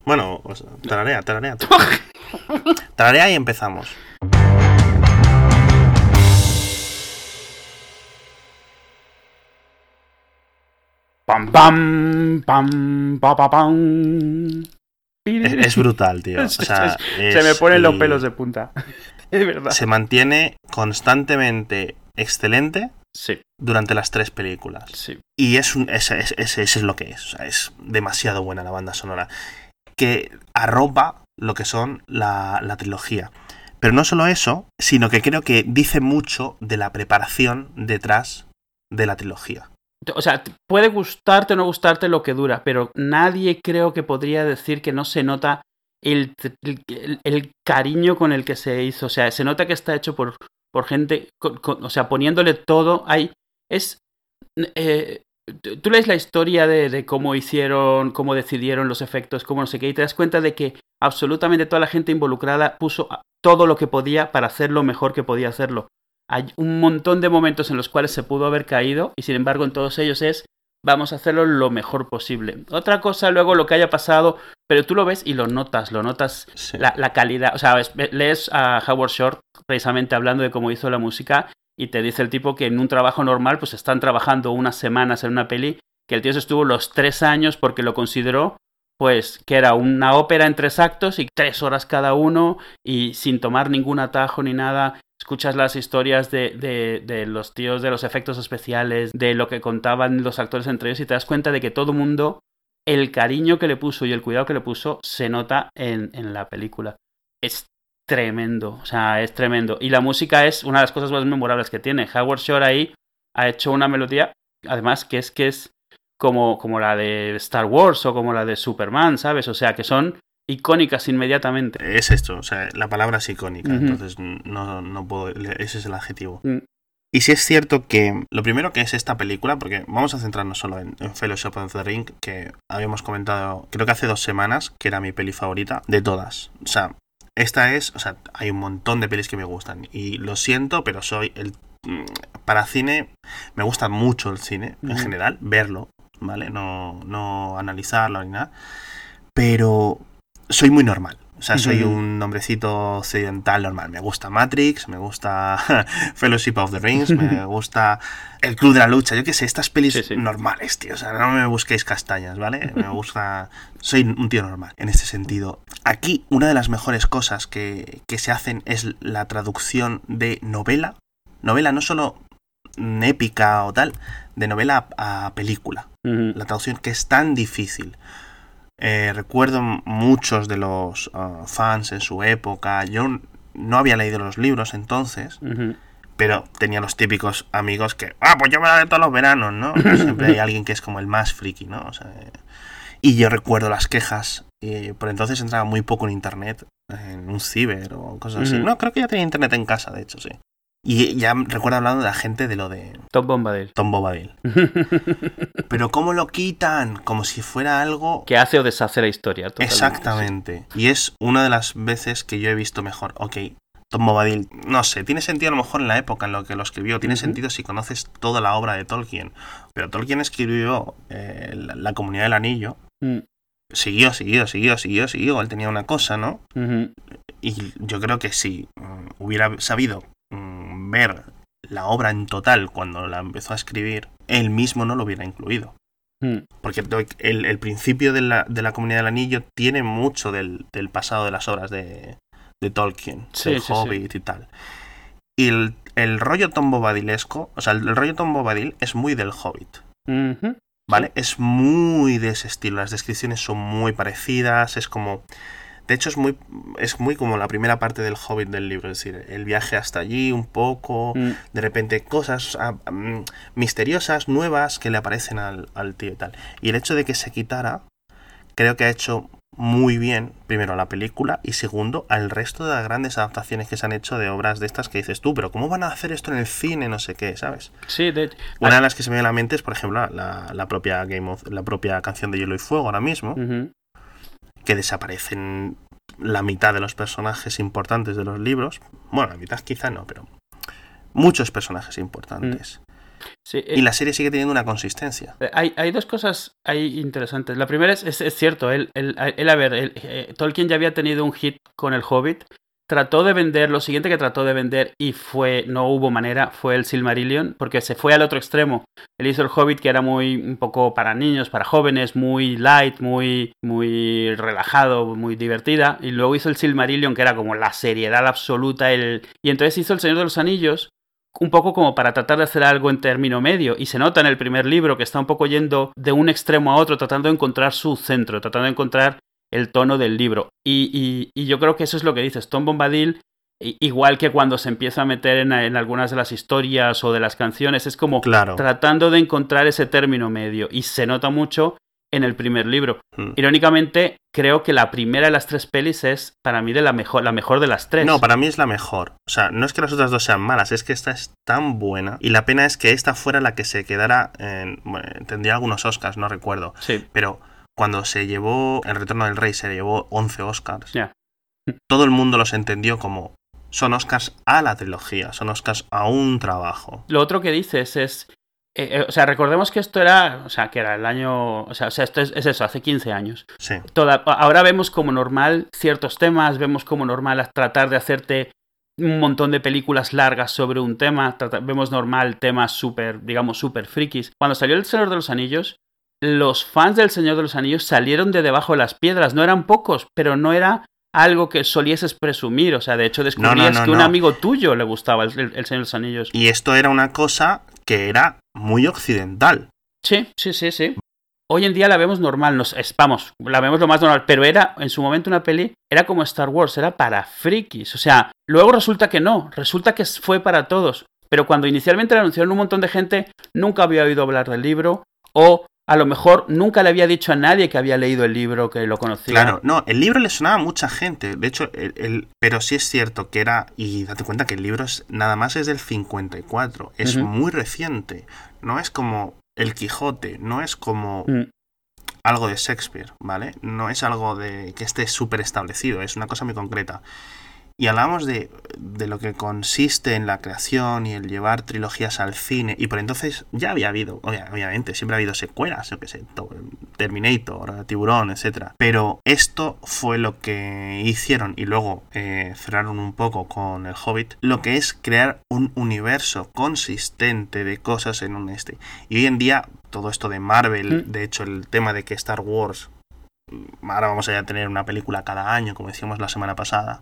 Bueno, tararea. Tararea y empezamos. Pam, pam, pam, pa, pa, pam. Es brutal, tío. O sea, se me ponen los pelos de punta. Es verdad. Se mantiene constantemente excelente. Sí. Durante las 3 películas. Sí. Y ese es lo que es. O sea, es demasiado buena la banda sonora. Que arropa lo que son la trilogía. Pero no solo eso, sino que creo que dice mucho de la preparación detrás de la trilogía. O sea, puede gustarte o no gustarte lo que dura, pero nadie creo que podría decir que no se nota el cariño con el que se hizo. O sea, se nota que está hecho por gente, o sea, poniéndole todo. Tú lees la historia de cómo hicieron, cómo decidieron los efectos, cómo no sé qué, y te das cuenta de que absolutamente toda la gente involucrada puso todo lo que podía para hacer lo mejor que podía hacerlo. Hay un montón de momentos en los cuales se pudo haber caído y sin embargo en todos ellos vamos a hacerlo lo mejor posible. Otra cosa luego lo que haya pasado, pero tú lo ves y lo notas sí. la calidad. O sea, lees a Howard Shore precisamente hablando de cómo hizo la música y te dice el tipo que en un trabajo normal pues están trabajando unas semanas en una peli, que el tío se estuvo los 3 años porque lo consideró pues que era una ópera en 3 actos y 3 horas cada uno y sin tomar ningún atajo ni nada. Escuchas las historias de los tíos de los efectos especiales, de lo que contaban los actores entre ellos y te das cuenta de que todo el mundo, el cariño que le puso y el cuidado que le puso se nota en la película. Es tremendo, o sea, es tremendo. Y la música es una de las cosas más memorables que tiene. Howard Shore ahí ha hecho una melodía, además que es como la de Star Wars o como la de Superman, ¿sabes? O sea, que son icónicas inmediatamente. Es esto, o sea, la palabra es icónica, entonces no puedo, ese es el adjetivo. Y sí es cierto que lo primero que es esta película, porque vamos a centrarnos solo en Fellowship of the Ring, que habíamos comentado, creo que hace 2 semanas, que era mi peli favorita de todas. O sea, hay un montón de pelis que me gustan, y lo siento, pero para cine, me gusta mucho el cine, en general, verlo, ¿vale? No analizarlo ni nada, pero soy muy normal. O sea, soy un hombrecito occidental normal. Me gusta Matrix, me gusta Fellowship of the Rings, me gusta El Club de la Lucha. Yo qué sé, estas pelis normales, tío. O sea, no me busquéis castañas, ¿vale? Me gusta... Soy un tío normal en este sentido. Aquí, una de las mejores cosas que se hacen es la traducción de novela. Novela no solo épica o tal, de novela a película. La traducción que es tan difícil. Recuerdo muchos de los fans en su época. Yo no había leído los libros entonces, pero tenía los típicos amigos que, pues yo me la leo todos los veranos, ¿no? Siempre hay alguien que es como el más friki, ¿no? O sea, y yo recuerdo las quejas. Por entonces entraba muy poco en internet, en un ciber o cosas así. No, creo que ya tenía internet en casa, de hecho, sí. Y ya recuerdo hablando de la gente de lo de... Tom Bombadil. Pero ¿cómo lo quitan? Como si fuera algo... que hace o deshace la historia. Exactamente. Sí. Y es una de las veces que yo he visto mejor. Ok, Tom Bombadil, no sé, tiene sentido a lo mejor en la época en la que lo escribió. Tiene sentido si conoces toda la obra de Tolkien. Pero Tolkien escribió La Comunidad del Anillo. Siguió. Él tenía una cosa, ¿no? Y yo creo que si hubiera sabido... ver la obra en total cuando la empezó a escribir, él mismo no lo hubiera incluido. Porque el principio de la Comunidad del Anillo tiene mucho del pasado de las obras de Tolkien, del Hobbit y tal. Y el rollo Tom Bobadilesco, o sea, el rollo Tom Bobadil es muy del Hobbit. ¿Vale? Sí. Es muy de ese estilo. Las descripciones son muy parecidas, es como... De hecho, es muy como la primera parte del Hobbit del libro, es decir, el viaje hasta allí un poco, de repente cosas misteriosas, nuevas, que le aparecen al tío y tal. Y el hecho de que se quitara, creo que ha hecho muy bien, primero, a la película, y segundo, al resto de las grandes adaptaciones que se han hecho de obras de estas que dices tú, pero ¿cómo van a hacer esto en el cine? No sé qué, ¿sabes? Sí, una de las que se me viene a la mente es, por ejemplo, la propia canción de Hielo y Fuego ahora mismo, que desaparecen la mitad de los personajes importantes de los libros. Bueno, la mitad quizá no, pero muchos personajes importantes. Sí, y la serie sigue teniendo una consistencia. Hay dos cosas ahí interesantes. La primera es cierto, Tolkien ya había tenido un hit con El Hobbit. Trató de vender, lo siguiente que trató de vender y no hubo manera, fue el Silmarillion, porque se fue al otro extremo. Él hizo El Hobbit, que era un poco para niños, para jóvenes, muy light, muy relajado, muy divertida. Y luego hizo el Silmarillion, que era como la seriedad absoluta. Y entonces hizo El Señor de los Anillos, un poco como para tratar de hacer algo en término medio. Y se nota en el primer libro que está un poco yendo de un extremo a otro, tratando de encontrar su centro, tratando de encontrar el tono del libro. Y yo creo que eso es lo que dices. Tom Bombadil, igual que cuando se empieza a meter en algunas de las historias o de las canciones, es como tratando de encontrar ese término medio. Y se nota mucho en el primer libro. Irónicamente, creo que la primera de las tres pelis es, para mí, la mejor de las tres. No, para mí es la mejor. O sea, no es que las otras dos sean malas, es que esta es tan buena. Y la pena es que esta fuera la que se quedara tendría algunos Oscars, no recuerdo. Sí. Pero cuando se llevó El Retorno del Rey, se llevó 11 Oscars. Yeah. Todo el mundo los entendió como son Oscars a la trilogía, son Oscars a un trabajo. Lo otro que dices es... o sea, recordemos que esto era... O sea, que era el año... O sea esto es eso, hace 15 años. Sí. Ahora vemos como normal ciertos temas, vemos como normal tratar de hacerte un montón de películas largas sobre un tema, vemos normal temas súper frikis. Cuando salió El Señor de los Anillos, los fans del Señor de los Anillos salieron de debajo de las piedras. No eran pocos, pero no era algo que solieses presumir. O sea, de hecho descubrías que un amigo tuyo le gustaba el Señor de los Anillos. Y esto era una cosa que era muy occidental. Sí. Hoy en día la vemos normal, la vemos lo más normal, pero era, en su momento, una peli, era como Star Wars, era para frikis. O sea, luego resulta que no, resulta que fue para todos. Pero cuando inicialmente la anunciaron, un montón de gente nunca había oído hablar del libro, o a lo mejor nunca le había dicho a nadie que había leído el libro, que lo conocía. Claro, no, el libro le sonaba a mucha gente. De hecho, pero sí es cierto que era... Y date cuenta que el libro nada más es del 54. Es muy reciente. No es como El Quijote. No es como algo de Shakespeare, ¿vale? No es algo que esté súper establecido. Es una cosa muy concreta. Y hablamos de lo que consiste en la creación y el llevar trilogías al cine. Y por entonces ya había habido, obviamente, siempre ha habido secuelas, yo qué sé, Terminator, Tiburón, etc. Pero esto fue lo que hicieron, y luego cerraron un poco con El Hobbit, lo que es crear un universo consistente de cosas en un este. Y hoy en día, todo esto de Marvel, de hecho el tema de que Star Wars, ahora vamos a tener una película cada año, como decíamos la semana pasada,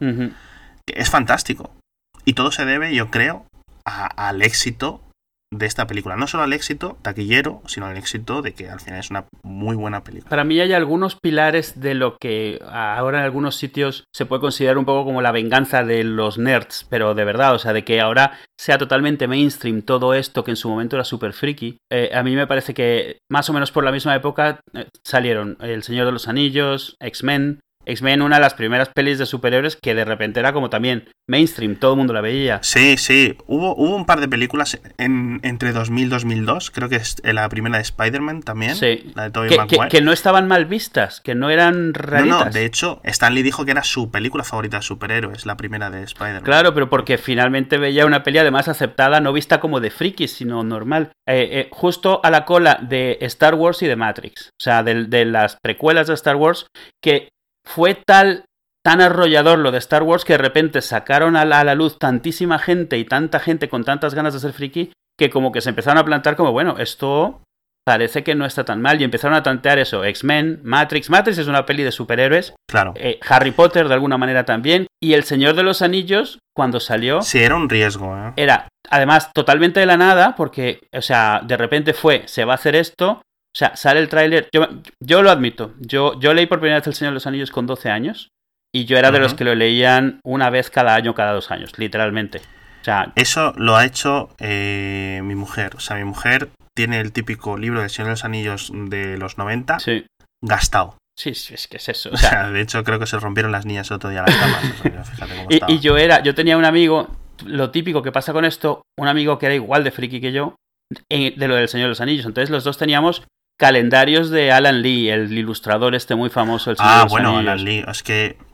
es fantástico. Y todo se debe, yo creo, al éxito de esta película. No solo al éxito taquillero, sino al éxito de que al final es una muy buena película. Para mí hay algunos pilares de lo que ahora en algunos sitios se puede considerar un poco como la venganza de los nerds, pero de verdad, o sea, de que ahora sea totalmente mainstream todo esto que en su momento era súper friki. A mí me parece que más o menos por la misma época salieron El Señor de los Anillos, X-Men, una de las primeras pelis de superhéroes que de repente era como también mainstream, todo el mundo la veía. Sí, hubo un par de películas entre 2000 y 2002, creo que es la primera de Spider-Man también, sí. La de Tobey Maguire. Que no estaban mal vistas, que no eran raritas. No, de hecho, Stan Lee dijo que era su película favorita de superhéroes, la primera de Spider-Man. Claro, pero porque finalmente veía una peli además aceptada, no vista como de frikis, sino normal. Justo a la cola de Star Wars y de Matrix, o sea, de las precuelas de Star Wars, que fue tan arrollador lo de Star Wars que de repente sacaron a la luz tantísima gente y tanta gente con tantas ganas de ser friki que como que se empezaron a plantar como, bueno, esto parece que no está tan mal, y empezaron a tantear eso, X-Men, Matrix es una peli de superhéroes, claro. Harry Potter de alguna manera también, y El Señor de los Anillos, cuando salió... Sí, era un riesgo, Era, además, totalmente de la nada, porque, o sea, de repente se va a hacer esto. O sea, sale el tráiler, yo lo admito, yo leí por primera vez El Señor de los Anillos con 12 años y yo era de los que lo leían una vez cada año, cada 2 años, literalmente. O sea, eso lo ha hecho mi mujer. O sea, mi mujer tiene el típico libro del Señor de los Anillos de los 90 gastado. Sí, es que es eso. O sea, de hecho creo que se rompieron las niñas el otro día las camas. O sea, fíjate cómo estaba. Y yo tenía un amigo, lo típico que pasa con esto, un amigo que era igual de friki que yo, de lo del Señor de los Anillos. Entonces los dos teníamos calendarios de Alan Lee, el ilustrador muy famoso del Señor de los Anillos. Alan Lee, es que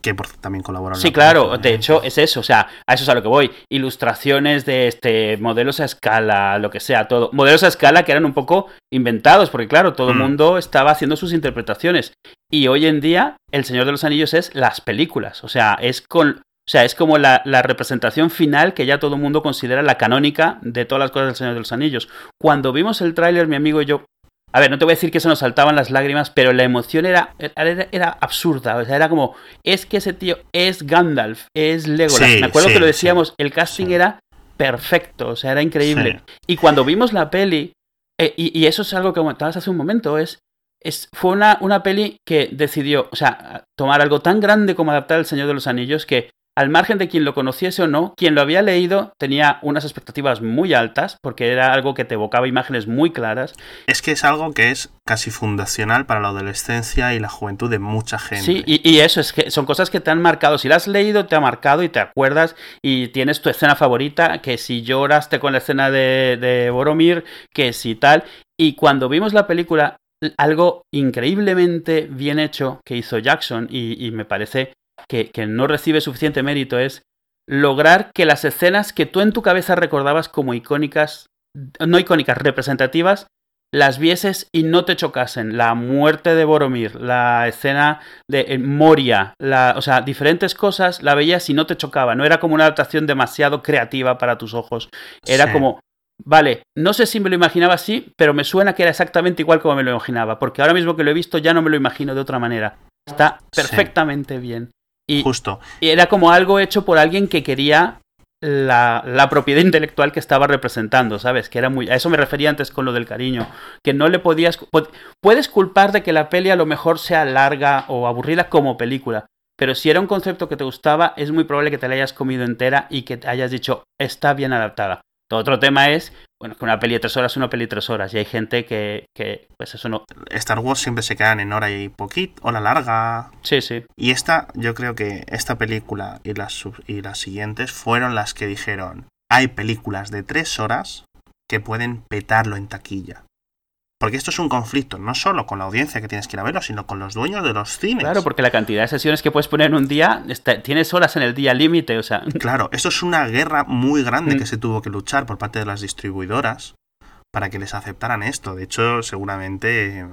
que también colaboró en Sí, la claro, película, de hecho es eso, o sea, a eso es a lo que voy. Ilustraciones de modelos a escala, lo que sea, todo. Modelos a escala que eran un poco inventados, porque claro, todo el mundo estaba haciendo sus interpretaciones. Y hoy en día, El Señor de los Anillos es las películas, o sea, es como la representación final que ya todo el mundo considera la canónica de todas las cosas del Señor de los Anillos. Cuando vimos el tráiler, mi amigo y yo, a ver, no te voy a decir que se nos saltaban las lágrimas, pero la emoción era absurda. O sea, era como, es que ese tío es Gandalf, es Legolas. Sí, me acuerdo sí, que lo decíamos, sí, el casting sí. era perfecto, o sea, era increíble. Sí. Y cuando vimos la peli, y eso es algo que comentabas hace un momento, fue una peli que decidió, o sea, tomar algo tan grande como adaptar El Señor de los Anillos que, al margen de quien lo conociese o no, quien lo había leído tenía unas expectativas muy altas, porque era algo que te evocaba imágenes muy claras. Es que es algo que es casi fundacional para la adolescencia y la juventud de mucha gente. Sí, y eso es que son cosas que te han marcado. Si la has leído, te ha marcado y te acuerdas y tienes tu escena favorita, que si lloraste con la escena de Boromir, que si tal. Y cuando vimos la película, algo increíblemente bien hecho que hizo Jackson, y me parece que no recibe suficiente mérito, es lograr que las escenas que tú en tu cabeza recordabas como icónicas, no icónicas, representativas, las vieses y no te chocasen. La muerte de Boromir, la escena de Moria, o sea, diferentes cosas la veías y no te chocaba. No era como una adaptación demasiado creativa para tus ojos. Era como, vale, no sé si me lo imaginaba así, pero me suena que era exactamente igual como me lo imaginaba, porque ahora mismo que lo he visto ya no me lo imagino de otra manera. Está perfectamente bien. Justo. Y era como algo hecho por alguien que quería la propiedad intelectual que estaba representando, ¿sabes? Que era a eso me refería antes con lo del cariño. Que no le podías... Puedes culpar de que la peli a lo mejor sea larga o aburrida como película, pero si era un concepto que te gustaba, es muy probable que te la hayas comido entera y que te hayas dicho, está bien adaptada. Otro tema es, bueno, que una peli de 3 horas es una peli de 3 horas y hay gente que pues eso no... Star Wars siempre se quedan en hora y poquito, hora larga. Sí, sí. Y yo creo que esta película y las siguientes fueron las que dijeron, hay películas de 3 horas que pueden petarlo en taquilla. Porque esto es un conflicto, no solo con la audiencia que tienes que ir a verlo, sino con los dueños de los cines. Claro, porque la cantidad de sesiones que puedes poner en un día, tienes horas en el día límite, o sea... Claro, esto es una guerra muy grande que se tuvo que luchar por parte de las distribuidoras para que les aceptaran esto. De hecho, seguramente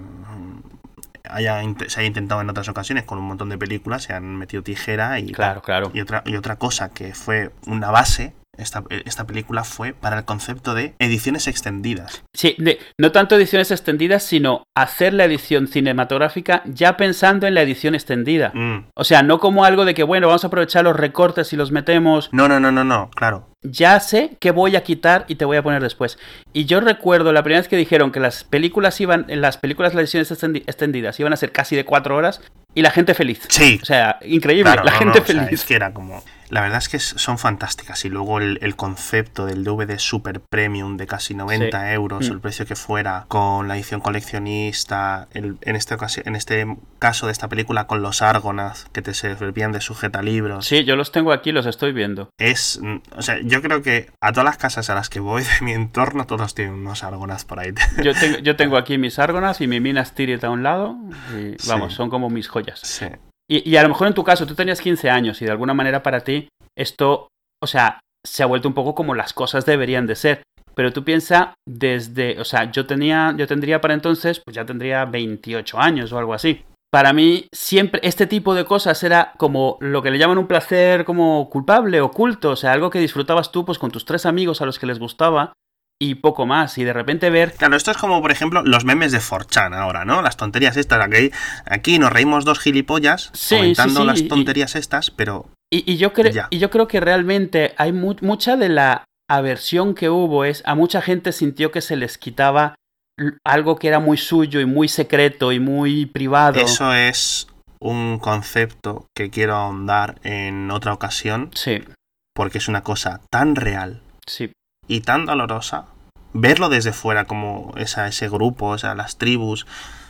se haya intentado en otras ocasiones con un montón de películas, se han metido tijera y... Claro. Y otra cosa que fue una base... Esta película fue para el concepto de ediciones extendidas. Sí, no tanto ediciones extendidas, sino hacer la edición cinematográfica ya pensando en la edición extendida. O sea, no como algo de que, bueno, vamos a aprovechar los recortes y los metemos. No, claro. Ya sé que voy a quitar y te voy a poner después. Y yo recuerdo la primera vez que dijeron que las películas, las ediciones extendidas iban a ser casi de 4 horas y la gente feliz. Sí. O sea, increíble, claro, la gente feliz. O sea, es que era como... La verdad es que son fantásticas. Y luego el concepto del DVD Super Premium de casi 90 euros, el precio que fuera, con la edición coleccionista, en este caso de esta película, con los Argonath que te servían de sujetalibros. Sí, yo los tengo aquí, los estoy viendo. O sea, yo creo que a todas las casas a las que voy de mi entorno, todos tienen unos Argonath por ahí. Yo tengo aquí mis Argonath y mi Minas Tirith a un lado. Y vamos, son como mis joyas. Sí. Y a lo mejor en tu caso, tú tenías 15 años y de alguna manera para ti esto, o sea, se ha vuelto un poco como las cosas deberían de ser. Pero tú piensas o sea, yo tendría para entonces, pues ya tendría 28 años o algo así. Para mí, siempre este tipo de cosas era como lo que le llaman un placer como culpable, oculto. O sea, algo que disfrutabas tú pues con tus 3 amigos a los que les gustaba y poco más. Y de repente ver... Claro, esto es como, por ejemplo, los memes de 4chan ahora, ¿no? Las tonterías estas. Aquí nos reímos 2 gilipollas comentando las tonterías estas, pero... Y yo creo que realmente hay mucha de la aversión que hubo a mucha gente sintió que se les quitaba algo que era muy suyo y muy secreto y muy privado. Eso es un concepto que quiero ahondar en otra ocasión. Sí. Porque es una cosa tan real. Sí. Y tan dolorosa. Verlo desde fuera como ese grupo, las tribus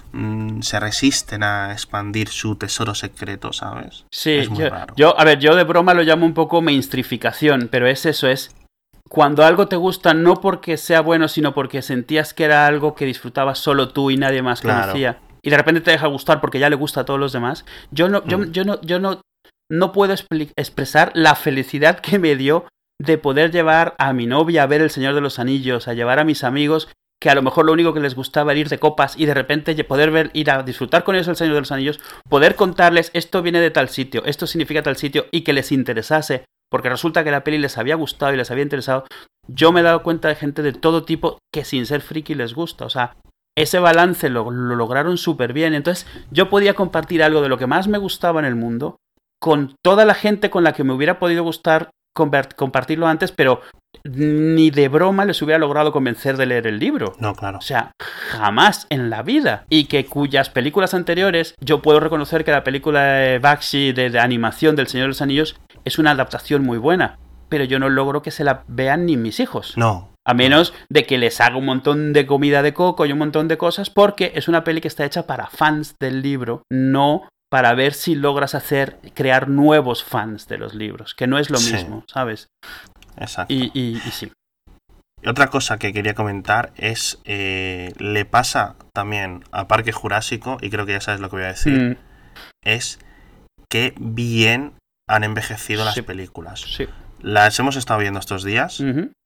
se resisten a expandir su tesoro secreto, ¿sabes? Sí, es muy raro. Yo de broma lo llamo un poco mainstrificación, pero es cuando algo te gusta no porque sea bueno, sino porque sentías que era algo que disfrutabas solo tú y nadie más conocía. Y de repente te deja gustar porque ya le gusta a todos los demás. Yo no no puedo expresar la felicidad que me dio de poder llevar a mi novia a ver El Señor de los Anillos, a llevar a mis amigos que a lo mejor lo único que les gustaba era ir de copas y de repente poder ir a disfrutar con ellos El Señor de los Anillos, poder contarles esto viene de tal sitio, esto significa tal sitio y que les interesase, porque resulta que la peli les había gustado y les había interesado. Yo me he dado cuenta de gente de todo tipo que sin ser friki les gusta, o sea, ese balance lo lograron súper bien. Entonces yo podía compartir algo de lo que más me gustaba en el mundo con toda la gente con la que me hubiera podido gustar compartirlo antes, pero ni de broma les hubiera logrado convencer de leer el libro. No, claro. O sea, jamás en la vida. Y que cuyas películas anteriores, yo puedo reconocer que la película de Bakshi de animación del Señor de los Anillos es una adaptación muy buena, pero yo no logro que se la vean ni mis hijos. No. A menos de que les haga un montón de comida de coco y un montón de cosas, porque es una peli que está hecha para fans del libro, no para ver si logras crear nuevos fans de los libros, que no es lo mismo, ¿sabes? Exacto. Y sí. Otra cosa que quería comentar es, le pasa también a Parque Jurásico, y creo que ya sabes lo que voy a decir, es que bien han envejecido las películas. Sí. Las hemos estado viendo estos días,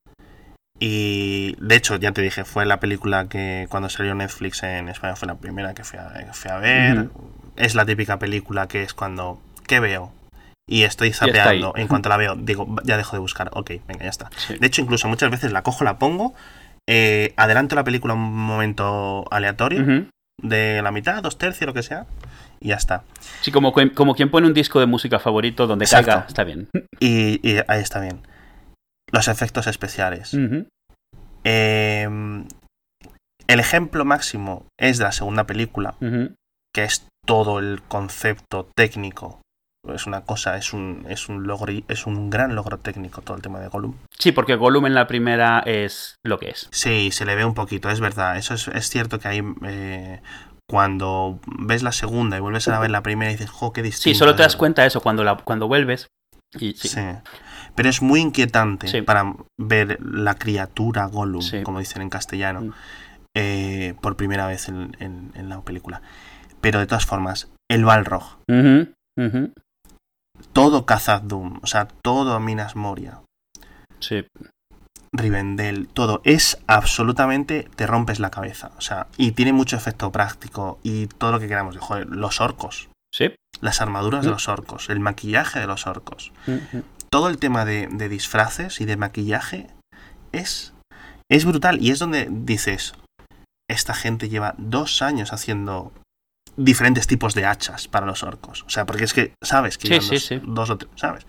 y de hecho, ya te dije, fue la película que cuando salió Netflix en España fue la primera que fui a ver. Es la típica película que es cuando, ¿qué veo? Y estoy zapeando. En cuanto la veo, digo, ya dejo de buscar. Ok, venga, ya está. Sí. De hecho, incluso muchas veces la cojo, la pongo, adelanto la película un momento aleatorio, de la mitad, 2/3, lo que sea, y ya está. Sí, como quien pone un disco de música favorito donde caiga, está bien. Y ahí está bien. Los efectos especiales. El ejemplo máximo es de la segunda película, que es todo el concepto técnico. Es una cosa, es un gran logro técnico todo el tema de Gollum. Sí, porque Gollum en la primera es lo que es. Sí, se le ve un poquito, es verdad. Eso es cierto que hay cuando ves la segunda y vuelves a ver la primera y dices, jo, qué distinto. Sí, solo te das cuenta de eso cuando vuelves. Y sí. Pero es muy inquietante para ver la criatura Gollum, como dicen en castellano, por primera vez en la película. Pero de todas formas, el Balrog, todo Khazad-dûm, o sea, todo Minas Moria, Rivendell, todo es absolutamente, te rompes la cabeza, o sea, y tiene mucho efecto práctico y todo lo que queramos. Joder, los orcos, las armaduras de los orcos, el maquillaje de los orcos, todo el tema de disfraces y de maquillaje es brutal. Y es donde dices, esta gente lleva 2 años haciendo diferentes tipos de hachas para los orcos. O sea, porque es que, ¿sabes? Que dos o tres, ¿sabes?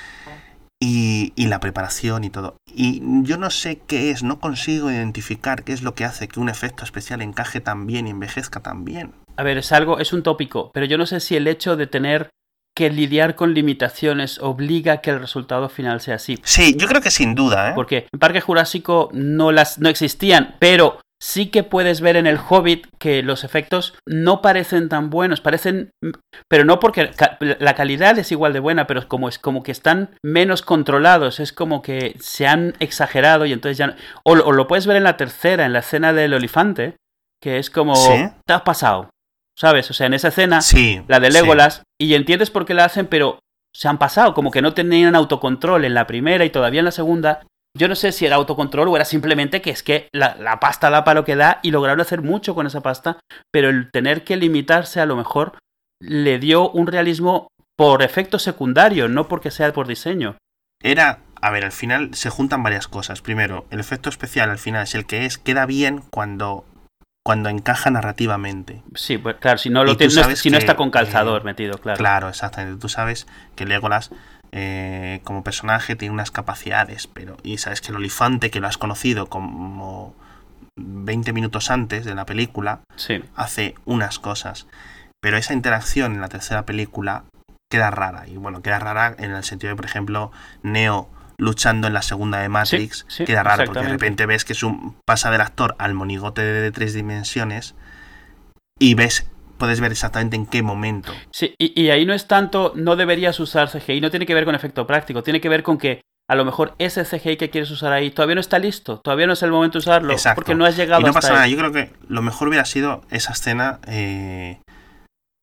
Y la preparación y todo. Y yo no sé qué es, no consigo identificar qué es lo que hace que un efecto especial encaje tan bien y envejezca tan bien. A ver, es un tópico, pero yo no sé si el hecho de tener que lidiar con limitaciones obliga a que el resultado final sea así. Sí, yo creo que sin duda, ¿eh? Porque en Parque Jurásico no existían, pero sí que puedes ver en el Hobbit que los efectos no parecen tan buenos, pero no porque la calidad es igual de buena, pero es como que están menos controlados, es como que se han exagerado y entonces ya o lo puedes ver en la tercera, en la escena del olifante, que es como te has pasado, ¿sabes? O sea, en esa escena, la de Legolas, y entiendes por qué la hacen, pero se han pasado, como que no tenían autocontrol en la primera y todavía en la segunda. Yo no sé si era autocontrol o era simplemente que es que la pasta da para lo que da y lograron hacer mucho con esa pasta, pero el tener que limitarse a lo mejor le dio un realismo por efecto secundario, no porque sea por diseño. A ver, al final se juntan varias cosas. Primero, el efecto especial al final es el que queda bien cuando encaja narrativamente. Sí, pues claro, si no no está con calzador metido, claro. Claro, exactamente. Tú sabes que Legolas como personaje tiene unas capacidades, y sabes que el olifante, que lo has conocido como 20 minutos antes de la película, hace unas cosas, pero esa interacción en la tercera película queda rara, y bueno, queda rara en el sentido de, por ejemplo, Neo luchando en la segunda de Matrix, queda raro porque de repente ves que pasa del actor al monigote de 3 dimensiones y puedes ver exactamente en qué momento. Sí, y ahí no es tanto, no deberías usar CGI, no tiene que ver con efecto práctico, tiene que ver con que a lo mejor ese CGI que quieres usar ahí todavía no está listo, todavía no es el momento de usarlo. Exacto. Porque no has llegado y no hasta pasa nada. ahí. Yo creo que lo mejor hubiera sido esa escena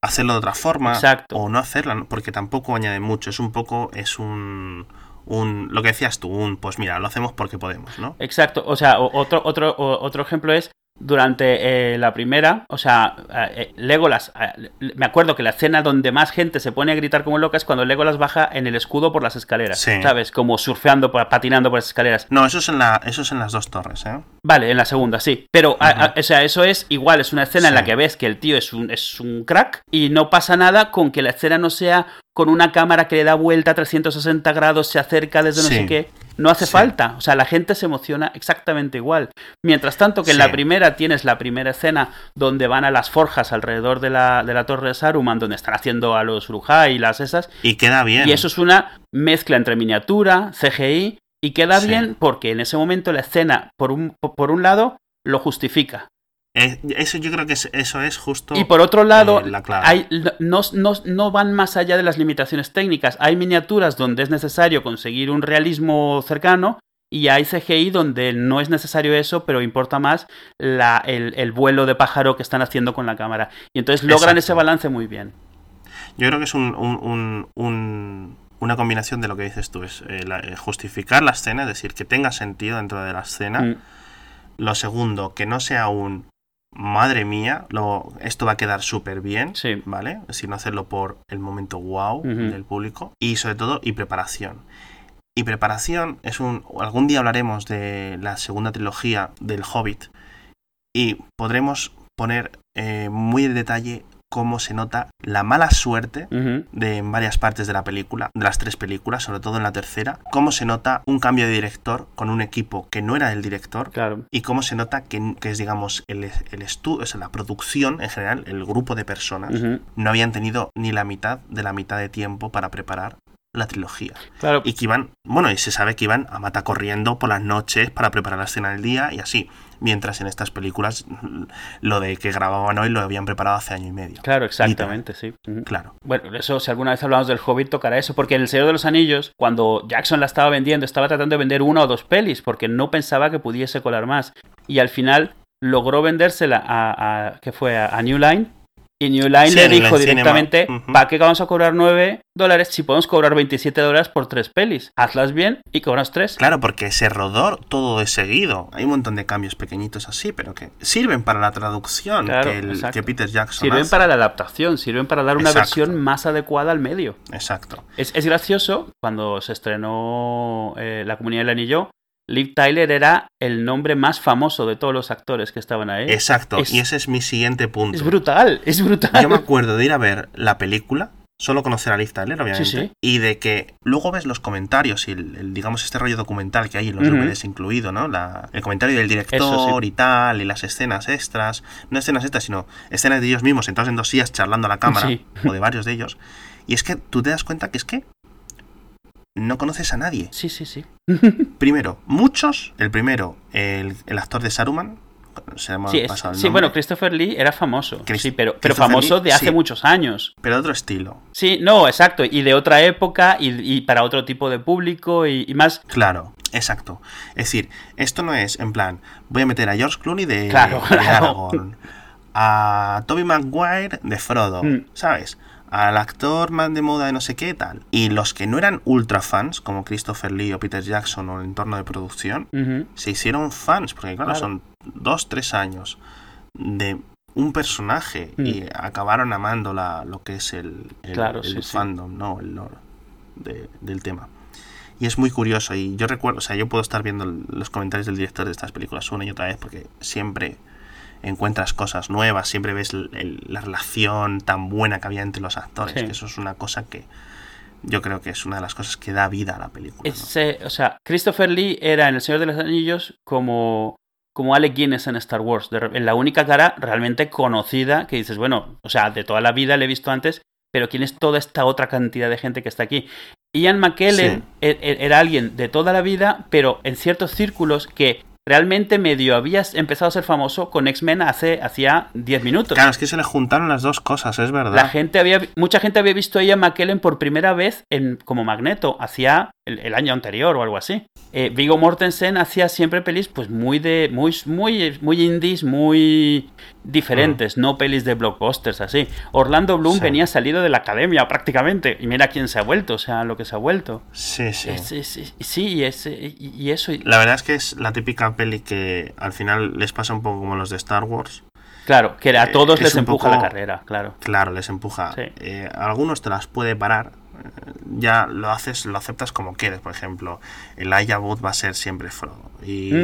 hacerlo de otra forma. Exacto. O no hacerla, ¿no? Porque tampoco añade mucho. Es un lo que decías tú, pues mira, lo hacemos porque podemos, ¿no? Exacto. O sea, otro ejemplo es durante la primera, o sea, Legolas, me acuerdo que la escena donde más gente se pone a gritar como loca es cuando Legolas baja en el escudo por las escaleras, sí. ¿sabes? Como surfeando, patinando por las escaleras. No, eso es en las dos torres, ¿eh? Vale, en la segunda, sí. Pero, o sea, eso es igual, es una escena en la que ves que el tío es un crack y no pasa nada con que la escena no sea con una cámara que le da vuelta a 360 grados, se acerca desde no sé qué. No hace falta. O sea, la gente se emociona exactamente igual. Mientras tanto que en la primera tienes la primera escena donde van a las forjas alrededor de la torre de Saruman, donde están haciendo a los Uruk-hai y las esas. Y queda bien. Y eso es una mezcla entre miniatura, CGI, y queda bien porque en ese momento la escena, por un lado, lo justifica. Eso yo creo que eso es justo. Y por otro lado, la clave. No van más allá de las limitaciones técnicas. Hay miniaturas donde es necesario conseguir un realismo cercano y hay CGI donde no es necesario eso, pero importa más el vuelo de pájaro que están haciendo con la cámara. Y entonces logran ese balance muy bien. Yo creo que es una combinación de lo que dices tú. Es justificar la escena, es decir, que tenga sentido dentro de la escena. Lo segundo, que no sea madre mía, esto va a quedar súper bien, ¿vale? Sino hacerlo por el momento wow del público. Y sobre todo, preparación. Y preparación es algún día hablaremos de la segunda trilogía del Hobbit y podremos poner muy en detalle cómo se nota la mala suerte en varias partes de la película, de las 3 películas, sobre todo en la tercera, cómo se nota un cambio de director con un equipo que no era el director, y cómo se nota que es, digamos, el estudio, o sea, la producción en general, el grupo de personas, no habían tenido ni la mitad de tiempo para preparar la trilogía. Claro. Y que y se sabe que iban a mata corriendo por las noches para preparar la escena del día y así. Mientras en estas películas lo de que grababan hoy lo habían preparado hace año y medio. Claro, exactamente, sí. Claro. Bueno, eso, si alguna vez hablamos del Hobbit, tocará eso, porque en El Señor de los Anillos, cuando Jackson la estaba vendiendo, estaba tratando de vender 1 o 2 pelis, porque no pensaba que pudiese colar más. Y al final logró vendérsela a New Line. Y New Line le dijo directamente, ¿para qué vamos a cobrar $9 si podemos cobrar $27 por 3 pelis? Hazlas bien y cobras 3. Claro, porque se rodó todo de seguido. Hay un montón de cambios pequeñitos así, pero que sirven para la traducción que Peter Jackson sirven hace. para la adaptación, sirven para dar una versión más adecuada al medio. Exacto. Es gracioso, cuando se estrenó La Comunidad del Anillo, Liv Tyler era el nombre más famoso de todos los actores que estaban ahí. Exacto, y ese es mi siguiente punto. Es brutal. Yo me acuerdo de ir a ver la película, solo conocer a Liv Tyler, obviamente, y de que luego ves los comentarios y digamos este rollo documental que hay en los DVDs incluido, ¿no? El comentario del director y tal, y las escenas extras, no escenas extras, sino escenas de ellos mismos sentados en 2 sillas charlando a la cámara, o de varios de ellos, y es que tú te das cuenta que es que no conoces a nadie. Sí. Primero, muchos. El primero, el actor de Saruman. Bueno, Christopher Lee era famoso. Pero famoso Lee, de hace muchos años. Pero de otro estilo. Sí, no, exacto. Y de otra época y para otro tipo de público y más. Claro, exacto. Es decir, esto no es en plan, voy a meter a George Clooney de Aragorn, a Tobey Maguire de Frodo, ¿sabes? Al actor más de moda de no sé qué tal. Y los que no eran ultra fans, como Christopher Lee o Peter Jackson o el entorno de producción, se hicieron fans, porque claro, son 2-3 años de un personaje y acabaron amando lo que es el fandom, ¿no? El lore del tema. Y es muy curioso, y yo recuerdo, o sea, yo puedo estar viendo los comentarios del director de estas películas una y otra vez, porque siempre encuentras cosas nuevas, siempre ves la relación tan buena que había entre los actores, que eso es una cosa que yo creo que es una de las cosas que da vida a la película, ¿no? O sea, Christopher Lee era en El Señor de los Anillos como Alec Guinness en Star Wars, la única cara realmente conocida que dices, bueno, o sea, de toda la vida le he visto antes, pero ¿quién es toda esta otra cantidad de gente que está aquí? Ian McKellen era alguien de toda la vida, pero en ciertos círculos que realmente medio habías empezado a ser famoso con X-Men hacía 10 minutos. Claro, es que se le juntaron las dos cosas, es verdad. Mucha gente había visto a Ian McKellen por primera vez como Magneto hacía el año anterior o algo así. Viggo Mortensen hacía siempre pelis pues muy indies, muy diferentes, no pelis de blockbusters así. Orlando Bloom venía salido de la academia prácticamente, y mira quién se ha vuelto, o sea, lo que se ha vuelto. Sí. Sí, y eso. La verdad es que es la típica peli que al final les pasa un poco como los de Star Wars. Claro, que a todos les empuja la carrera, claro. Claro, les empuja. Sí. A algunos te las puede parar. Ya lo aceptas como quieres. Por ejemplo, Elijah Wood va a ser siempre Frodo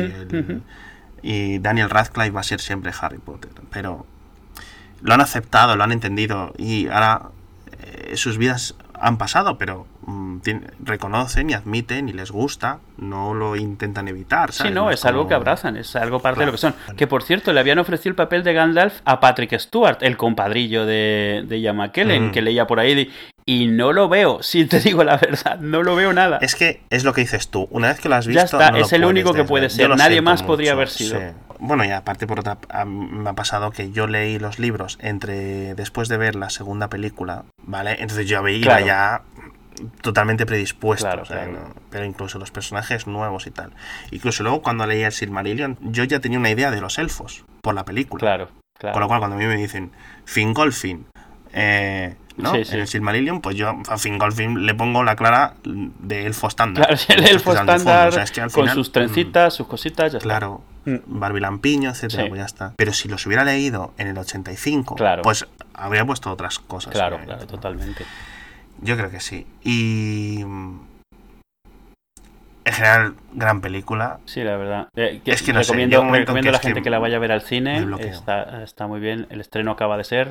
y Daniel Radcliffe va a ser siempre Harry Potter, pero lo han aceptado, lo han entendido y ahora sus vidas han pasado, pero reconocen y admiten y les gusta, no lo intentan evitar, ¿sabes? Sí, no, es algo que abrazan, es algo parte de lo que son. Que por cierto, le habían ofrecido el papel de Gandalf a Patrick Stewart, el compadrillo de Ian McKellen, que leía por ahí, y no lo veo, si te digo la verdad, no lo veo nada. Es que es lo que dices tú, una vez que lo has visto, ya está, no es el único que puede ser, nadie más podría haber sido. Sí. Bueno, y aparte por otra, me ha pasado que yo leí los libros después de ver la segunda película, ¿vale? Entonces yo iba ya totalmente predispuesto, claro, o sea, claro. ¿no? Pero incluso los personajes nuevos y tal. Incluso luego cuando leía el Silmarillion, yo ya tenía una idea de los elfos por la película. Claro. Con lo cual cuando a mí me dicen Fingolfin, ¿no? Sí. En el Silmarillion, pues yo a Fingolfin le pongo la clara de elfo estándar. Claro, el elfo estándar, o sea, es que al con final, sus trencitas, sus cositas, ya claro, está. barbilampiño, etcétera, pues ya está. Pero si los hubiera leído en el 85, pues habría puesto otras cosas. Claro, totalmente. Yo creo que sí. Y en general, gran película. Sí, la verdad. Es que no recomiendo sé, a la gente que la vaya a ver al cine. Está muy bien. El estreno acaba de ser.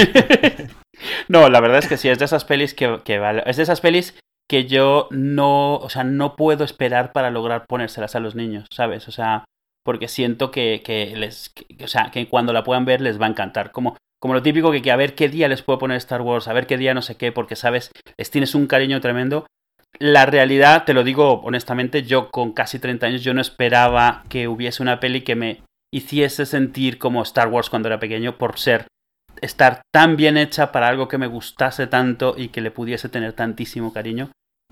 No, la verdad es que sí, es de esas pelis que vale. Es de esas pelis que yo no puedo esperar para lograr ponérselas a los niños, ¿sabes? O sea, porque siento que cuando la puedan ver les va a encantar. Como lo típico que a ver qué día les puedo poner Star Wars, a ver qué día no sé qué, porque, ¿sabes? Les tienes un cariño tremendo. La realidad, te lo digo honestamente, yo con casi 30 años, yo no esperaba que hubiese una peli que me hiciese sentir como Star Wars cuando era pequeño, por estar tan bien hecha para algo que me gustase tanto y que le pudiese tener tantísimo cariño.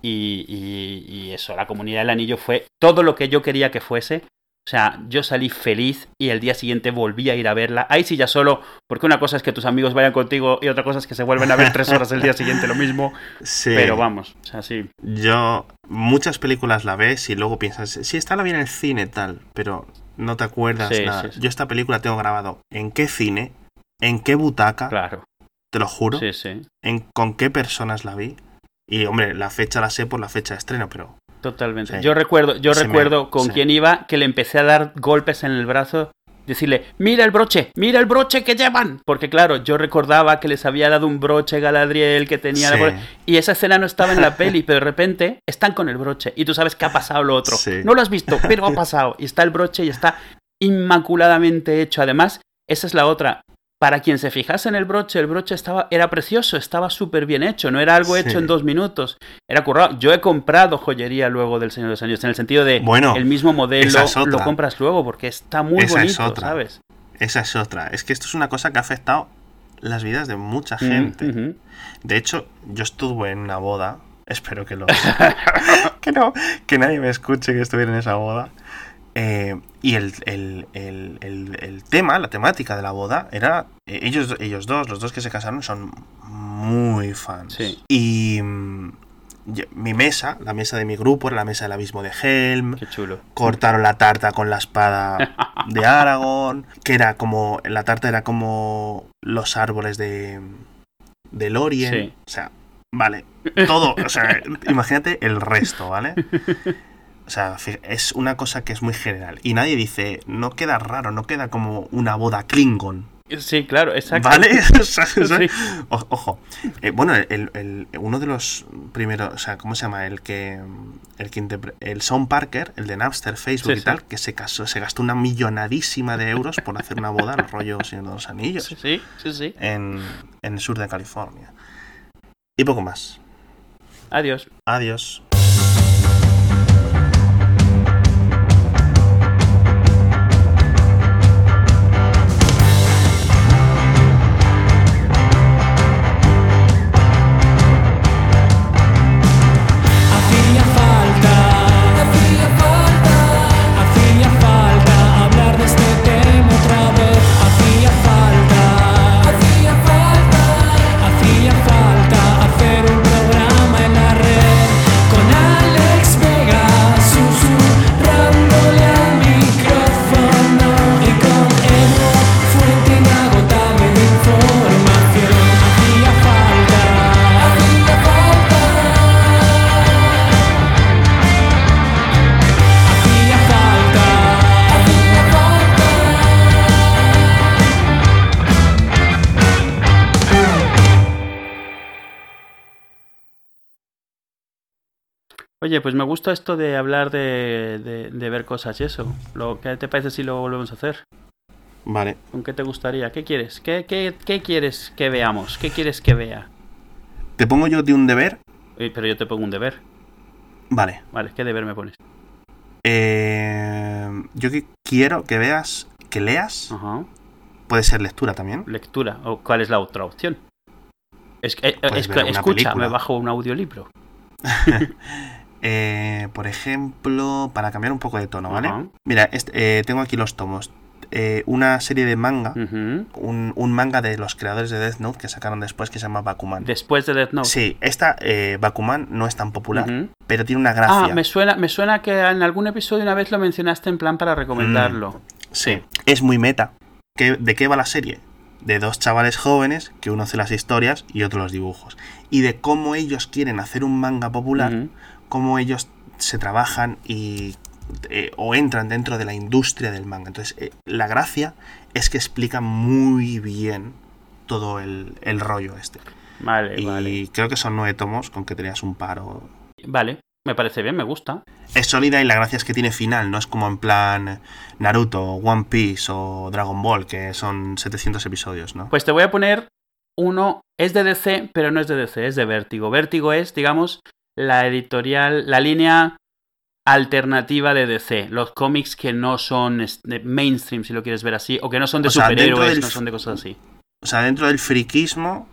Y eso, La Comunidad del Anillo fue todo lo que yo quería que fuese. O sea, yo salí feliz y el día siguiente volví a ir a verla. Ahí sí ya solo, porque una cosa es que tus amigos vayan contigo y otra cosa es que se vuelven a ver 3 horas el día siguiente, lo mismo. Sí. Pero vamos, o sea, sí. Muchas películas la ves y luego piensas, sí, esta la vi en el cine tal, pero no te acuerdas nada. Sí. Yo esta película tengo grabado en qué cine, en qué butaca, claro. Te lo juro, sí. Con qué personas la vi. Y hombre, la fecha la sé por la fecha de estreno, pero... Totalmente. Sí. Yo recuerdo con quién iba, que le empecé a dar golpes en el brazo, decirle, mira el broche que llevan. Porque claro, yo recordaba que les había dado un broche Galadriel que tenía... Sí. Y esa escena no estaba en la peli, pero de repente están con el broche. Y tú sabes que ha pasado lo otro. Sí. No lo has visto, pero ha pasado. Y está el broche y está inmaculadamente hecho. Además, esa es la otra. Para quien se fijase en el broche era precioso, estaba súper bien hecho, no era algo hecho en 2 minutos, era currado. Yo he comprado joyería luego del Señor de los Anillos, en el sentido de el mismo modelo lo compras luego, porque está muy bonito, ¿sabes? Esa es otra, es que esto es una cosa que ha afectado las vidas de mucha gente. De hecho, yo estuve en una boda, espero que que nadie me escuche que estuviera en esa boda. Y el tema, la temática de la boda era ellos dos, los dos que se casaron, son muy fans. Sí. Y mi mesa, la mesa de mi grupo, era la mesa del abismo de Helm. Qué chulo. Cortaron la tarta con la espada de Aragorn, que era como, la tarta era como los árboles de Lórien. Sí. O sea, vale, todo, o sea, imagínate el resto, ¿vale? O sea, es una cosa que es muy general. Y nadie dice, no queda raro, no queda como una boda Klingon. Sí, claro, exacto. ¿Vale? Sí. Ojo. Bueno, uno de los primeros, o sea, ¿cómo se llama? El Sean Parker, el de Napster, Facebook y tal, que se gastó una millonadísima de euros por hacer una boda al rollo Señor de los Anillos. Sí. En el sur de California. Y poco más. Adiós. Hacía falta Oye, pues me gusta esto de hablar de ver cosas y eso. ¿Qué te parece si lo volvemos a hacer? Vale. ¿Con qué te gustaría? ¿Qué quieres? ¿Qué quieres que veamos? ¿Qué quieres que vea? ¿Te pongo yo de un deber? Pero yo te pongo un deber. Vale. Vale, ¿qué deber me pones? Yo quiero que veas, que leas. Ajá. Puede ser lectura también. Lectura. ¿O cuál es la otra opción? Escucha, película. me bajo un audiolibro. Por ejemplo, para cambiar un poco de tono, ¿vale? Ajá. Mira, tengo aquí los tomos. Una serie de manga, un manga de los creadores de Death Note que sacaron después, que se llama Bakuman. Después de Death Note. Sí, Bakuman no es tan popular, pero tiene una gracia. Me suena que en algún episodio una vez lo mencionaste en plan para recomendarlo. Sí, es muy meta. ¿De qué va la serie? De dos chavales jóvenes que uno hace las historias y otro los dibujos. Y de cómo ellos quieren hacer un manga popular, cómo ellos se trabajan y o entran dentro de la industria del manga. Entonces, la gracia es que explica muy bien todo el rollo este. Vale, y creo que son 9 tomos, con que tenías un par. Vale, me parece bien, me gusta. Es sólida y la gracia es que tiene final, no es como en plan Naruto, One Piece o Dragon Ball, que son 700 episodios, ¿no? Pues te voy a poner uno, es de DC, pero no es de DC, es de Vértigo. Vértigo es, digamos, la editorial, la línea alternativa de DC, los cómics que no son mainstream, si lo quieres ver así, o que no son de superhéroes, no son de cosas así. O sea, dentro del friquismo...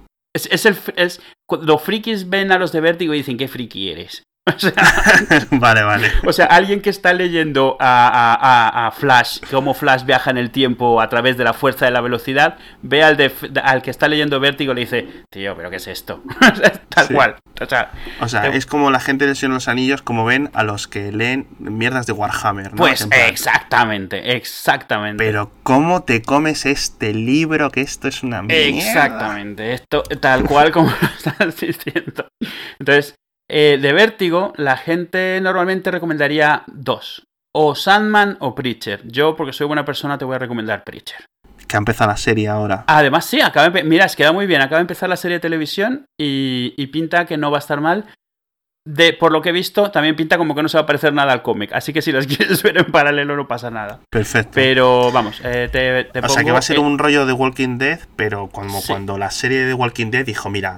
Los frikis ven a los de Vértigo y dicen, ¿qué friki eres? O sea, vale. O sea, alguien que está leyendo a Flash, cómo Flash viaja en el tiempo a través de la fuerza de la velocidad, ve al que está leyendo Vértigo y le dice, tío, ¿pero qué es esto? Tal cual. O sea, es como la gente de Señor de los Anillos, como ven a los que leen mierdas de Warhammer, ¿no? Pues exactamente. Pero ¿cómo te comes este libro? Que esto es una mierda. Exactamente, esto tal cual como lo estás diciendo. Entonces, de Vértigo, la gente normalmente recomendaría 2. O Sandman o Preacher. Yo, porque soy buena persona, te voy a recomendar Preacher. Que ha empezado la serie ahora. Además, sí, mira, queda muy bien. Acaba de empezar la serie de televisión y pinta que no va a estar mal. Por lo que he visto, también pinta como que no se va a parecer nada al cómic. Así que si las quieres ver en paralelo no pasa nada. Perfecto. Pero vamos, te pongo... O sea, que va a ser un rollo de Walking Dead, pero cuando la serie de Walking Dead dijo, mira,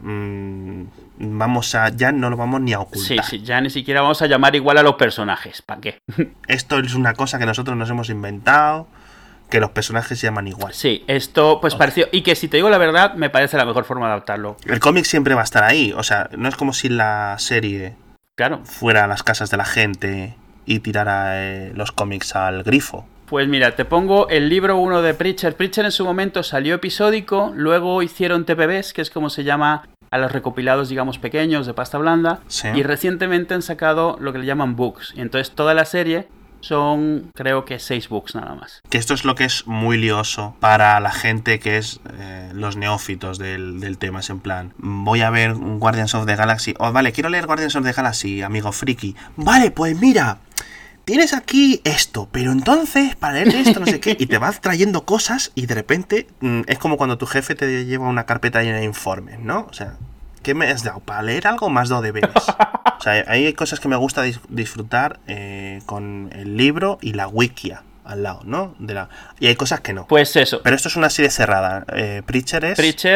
ya no lo vamos ni a ocultar. Sí, ya ni siquiera vamos a llamar igual a los personajes. ¿Para qué? Esto es una cosa que nosotros nos hemos inventado, que los personajes se llaman igual. Sí, esto pues pareció... Y que si te digo la verdad, me parece la mejor forma de adaptarlo. El cómic siempre va a estar ahí, o sea, no es como si la serie fuera a las casas de la gente y tirara los cómics al grifo. Pues mira, te pongo el libro 1 de Preacher. Preacher en su momento salió episódico, luego hicieron TPBs, que es como se llama a los recopilados, digamos, pequeños de pasta blanda, y recientemente han sacado lo que le llaman books. Y entonces toda la serie son, creo que 6 books nada más. Que esto es lo que es muy lioso para la gente que es los neófitos del tema. Es en plan, voy a ver Guardians of the Galaxy. Vale, quiero leer Guardians of the Galaxy, amigo friki. Vale, pues mira, tienes aquí esto, pero entonces para leer esto no sé qué, y te vas trayendo cosas y de repente es como cuando tu jefe te lleva una carpeta llena de informes, ¿no? O sea, ¿qué me has dado? ¿Para leer algo más 2 deberes? O sea, hay cosas que me gusta disfrutar con el libro y la wikia al lado, ¿no? Y hay cosas que no. Pues eso. Pero esto es una serie cerrada. Preacher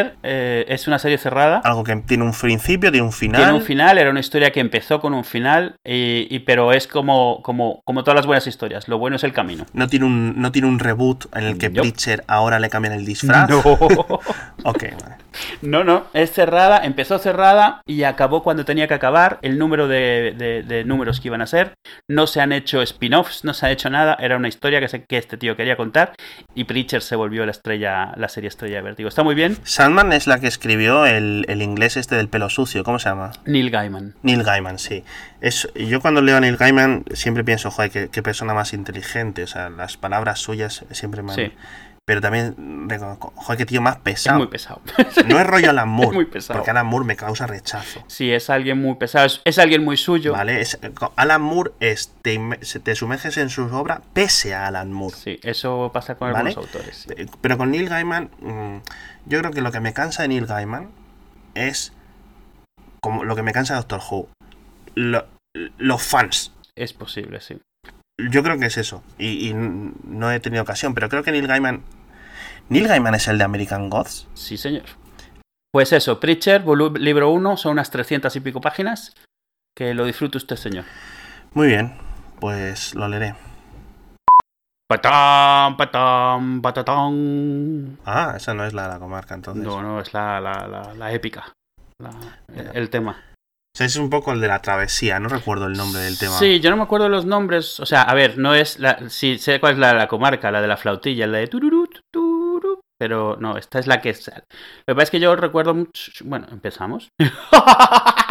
es una serie cerrada. Algo que tiene un principio, tiene un final. Tiene un final, era una historia que empezó con un final, pero es como todas las buenas historias. Lo bueno es el camino. No tiene un reboot en el que Preacher ahora le cambian el disfraz. No. Ok, vale. No, es cerrada, empezó cerrada y acabó cuando tenía que acabar. El número de números que iban a ser. No se han hecho spin-offs, no se ha hecho nada. Era una historia que este tío quería contar y Preacher se volvió la serie estrella de Vértigo. Está muy bien. Sandman es la que escribió el inglés este del pelo sucio, ¿cómo se llama? Neil Gaiman. Neil Gaiman, sí. Yo cuando leo a Neil Gaiman siempre pienso, joder, qué persona más inteligente. O sea, las palabras suyas siempre me han... Sí. Pero también, joder, qué tío más pesado. Es muy pesado. No es rollo Alan Moore. Es muy pesado. Porque Alan Moore me causa rechazo. Sí, es alguien muy pesado. Es alguien muy suyo. Vale, Alan Moore te sumerges en sus obras pese a Alan Moore. Sí, eso pasa con algunos autores. Sí. Pero con Neil Gaiman, yo creo que lo que me cansa de Neil Gaiman es como lo que me cansa de Doctor Who. los fans. Es posible, sí. Yo creo que es eso. Y no he tenido ocasión, pero creo que Neil Gaiman... ¿Neil Gaiman es el de American Gods? Sí, señor. Pues eso, Preacher, libro 1, son unas 300 y pico páginas. Que lo disfrute usted, señor. Muy bien, pues lo leeré. Patán, patán, patatán. Ah, esa no es la comarca, entonces. No, es la épica. El tema. O sea, es un poco el de la travesía, no recuerdo el nombre del tema. Sí, yo no me acuerdo de los nombres. O sea, a ver, no es sí, sé cuál es la comarca, la de la flautilla, la de tururut, tururut. Pero no, esta es la que... Lo que pasa es que yo recuerdo mucho... Bueno, empezamos.